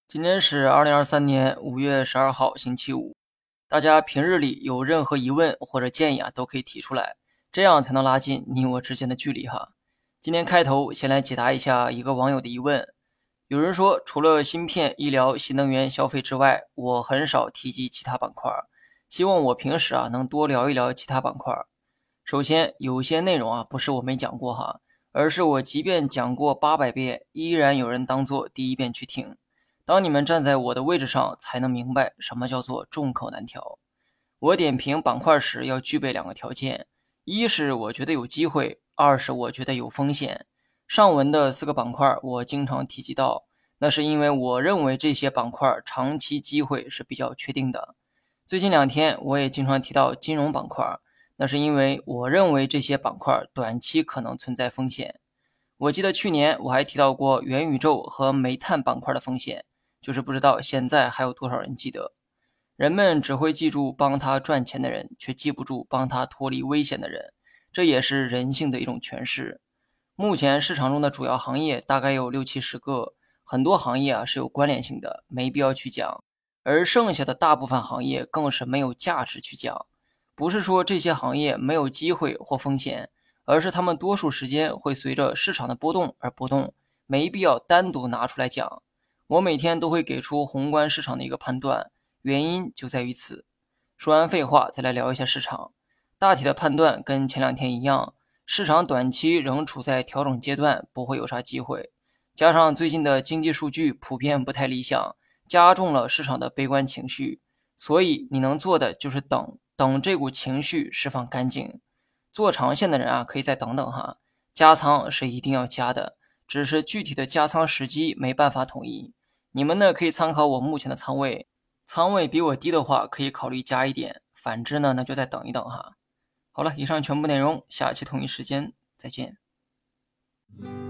今天是2023年5月12号，星期五。大家平日里有任何疑问或者建议都可以提出来，这样才能拉近你我之间的距离哈。今天开头先来解答一下一个网友的疑问。有人说，除了芯片、医疗、新能源消费之外，我很少提及其他板块，希望我平时能多聊一聊其他板块。首先，有些内容不是我没讲过哈，而是我即便讲过800遍，依然有人当做第一遍去听。当你们站在我的位置上，才能明白什么叫做众口难调。我点评板块时要具备2个条件，一是我觉得有机会，二是我觉得有风险。上文的4个板块我经常提及到，那是因为我认为这些板块长期机会是比较确定的。最近2天我也经常提到金融板块，那是因为我认为这些板块短期可能存在风险。我记得去年我还提到过元宇宙和煤炭板块的风险，就是不知道现在还有多少人记得。人们只会记住帮他赚钱的人，却记不住帮他脱离危险的人，这也是人性的一种诠释。目前市场中的主要行业大概有60-70个，很多行业是有关联性的，没必要去讲，而剩下的大部分行业更是没有价值去讲。不是说这些行业没有机会或风险，而是他们多数时间会随着市场的波动而波动，没必要单独拿出来讲。我每天都会给出宏观市场的一个判断，原因就在于此。说完废话，再来聊一下市场。大体的判断跟前2天一样，市场短期仍处在调整阶段，不会有啥机会。加上最近的经济数据普遍不太理想，加重了市场的悲观情绪，所以你能做的就是等这股情绪释放干净。做长线的人可以再等等哈，加仓是一定要加的，只是具体的加仓时机没办法统一。你们呢可以参考我目前的仓位，仓位比我低的话可以考虑加一点，反之呢那就再等一等哈。好了，以上全部内容，下期同一时间再见。